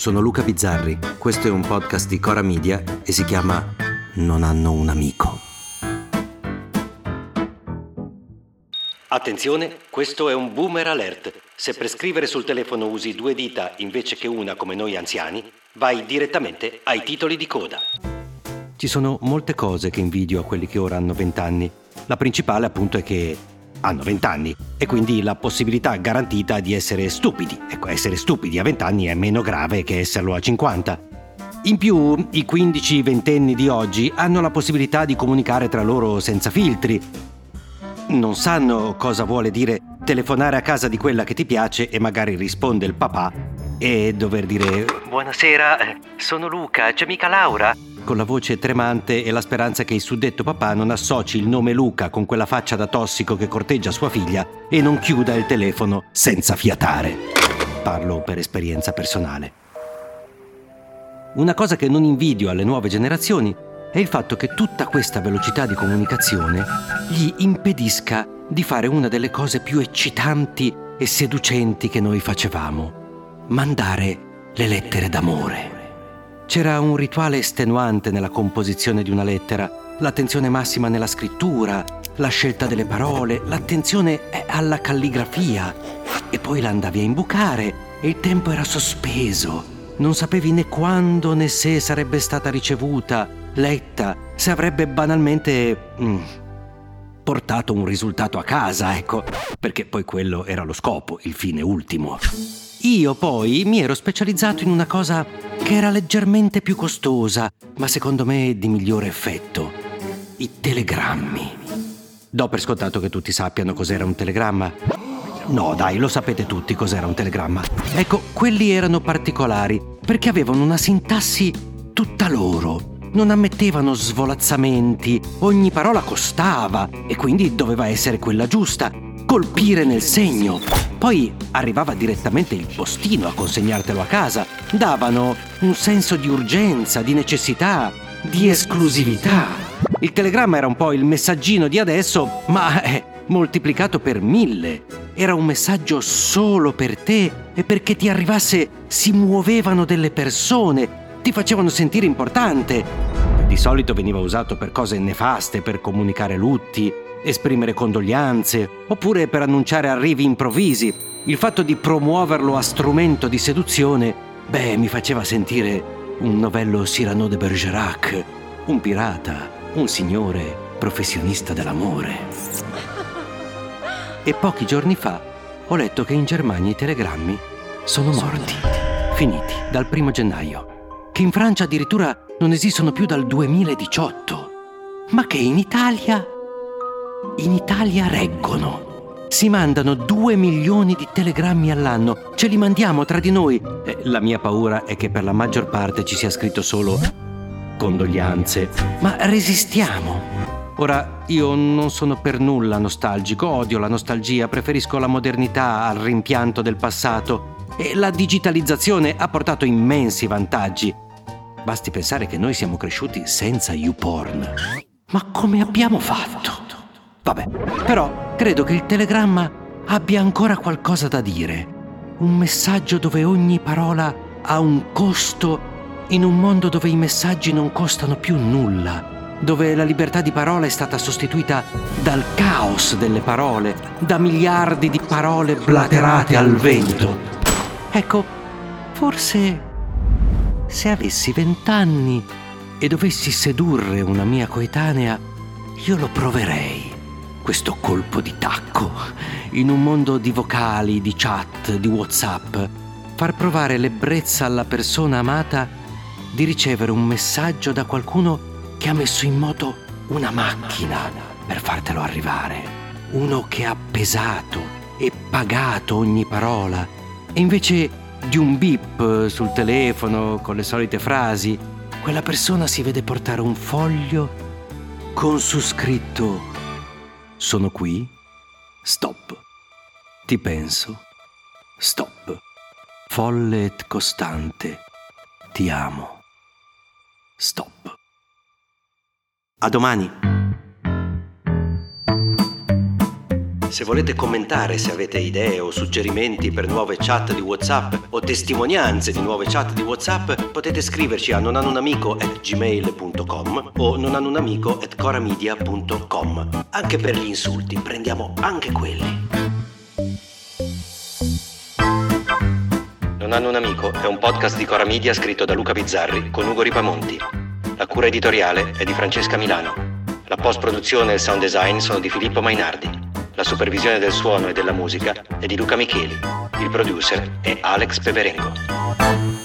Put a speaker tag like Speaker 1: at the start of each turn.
Speaker 1: sono Luca Bizzarri, questo è un podcast di Cora Media e si chiama Non hanno un amico. Attenzione, questo è un boomer alert. Se per scrivere sul telefono usi 2 dita invece che una come noi anziani, vai direttamente ai titoli di coda. Ci sono molte cose che invidio a quelli che ora hanno 20 anni. La principale appunto è che hanno 20 anni e quindi la possibilità garantita di essere stupidi. Ecco, essere stupidi a 20 anni è meno grave che esserlo a 50. In più, i 15-20enni di oggi hanno la possibilità di comunicare tra loro senza filtri. Non sanno cosa vuole dire telefonare a casa di quella che ti piace e magari risponde il papà e dover dire «Buonasera, sono Luca, c'è mica Laura?» con la voce tremante e la speranza che il suddetto papà non associ il nome Luca con quella faccia da tossico che corteggia sua figlia e non chiuda il telefono senza fiatare. Parlo per esperienza personale. Una cosa che non invidio alle nuove generazioni è il fatto che tutta questa velocità di comunicazione gli impedisca di fare una delle cose più eccitanti e seducenti che noi facevamo: mandare le lettere d'amore. C'era un rituale estenuante nella composizione di una lettera, l'attenzione massima nella scrittura, la scelta delle parole, l'attenzione alla calligrafia. E poi la andavi a imbucare e il tempo era sospeso. Non sapevi né quando né se sarebbe stata ricevuta, letta, se avrebbe banalmente portato un risultato a casa, ecco, perché poi quello era lo scopo, il fine ultimo. Io poi mi ero specializzato in una cosa che era leggermente più costosa, ma secondo me di migliore effetto: i telegrammi. Do per scontato che tutti sappiano cos'era un telegramma. No, dai, lo sapete tutti cos'era un telegramma. Ecco, quelli erano particolari perché avevano una sintassi tutta loro. Non ammettevano svolazzamenti, ogni parola costava e quindi doveva essere quella giusta, colpire nel segno. Poi arrivava direttamente il postino a consegnartelo a casa. Davano un senso di urgenza, di necessità, di esclusività. Il telegramma era un po' il messaggino di adesso, ma moltiplicato per 1000. Era un messaggio solo per te e perché ti arrivasse si muovevano delle persone, ti facevano sentire importante. Di solito veniva usato per cose nefaste, per comunicare lutti, esprimere condoglianze, oppure per annunciare arrivi improvvisi. Il fatto di promuoverlo a strumento di seduzione, mi faceva sentire un novello Cyrano de Bergerac, un pirata, un signore professionista dell'amore. E pochi giorni fa ho letto che in Germania i telegrammi sono morti, finiti dal 1 gennaio, che in Francia addirittura non esistono più dal 2018, ma che in Italia reggono. Si mandano 2 milioni di telegrammi all'anno, ce li mandiamo tra di noi. La mia paura è che per la maggior parte ci sia scritto solo condoglianze, ma resistiamo. Ora, io non sono per nulla nostalgico, odio la nostalgia, preferisco la modernità al rimpianto del passato e la digitalizzazione ha portato immensi vantaggi. Basti pensare che noi siamo cresciuti senza YouPorn. Ma come abbiamo fatto? Vabbè, però credo che il telegramma abbia ancora qualcosa da dire. Un messaggio dove ogni parola ha un costo in un mondo dove i messaggi non costano più nulla, dove la libertà di parola è stata sostituita dal caos delle parole, da miliardi di parole blaterate al vento. Ecco, forse se avessi 20 anni e dovessi sedurre una mia coetanea, io lo proverei, questo colpo di tacco, in un mondo di vocali, di chat, di WhatsApp, far provare l'ebbrezza alla persona amata di ricevere un messaggio da qualcuno che ha messo in moto una macchina per fartelo arrivare, uno che ha pesato e pagato ogni parola, e invece di un beep sul telefono con le solite frasi, quella persona si vede portare un foglio con su scritto: sono qui, stop, ti penso, stop, folle et costante, ti amo, stop. A domani. Se volete commentare, se avete idee o suggerimenti per nuove chat di WhatsApp o testimonianze di nuove chat di WhatsApp, potete scriverci a nonhanunamico@gmail.com o nonhanunamico@coramedia.com. Anche per gli insulti, prendiamo anche quelli. Non hanno un amico è un podcast di Cora Media scritto da Luca Bizzarri con Ugo Ripamonti. La cura editoriale è di Francesca Milano. La post-produzione e il sound design sono di Filippo Mainardi. La supervisione del suono e della musica è di Luca Micheli. Il producer è Alex Peperengo.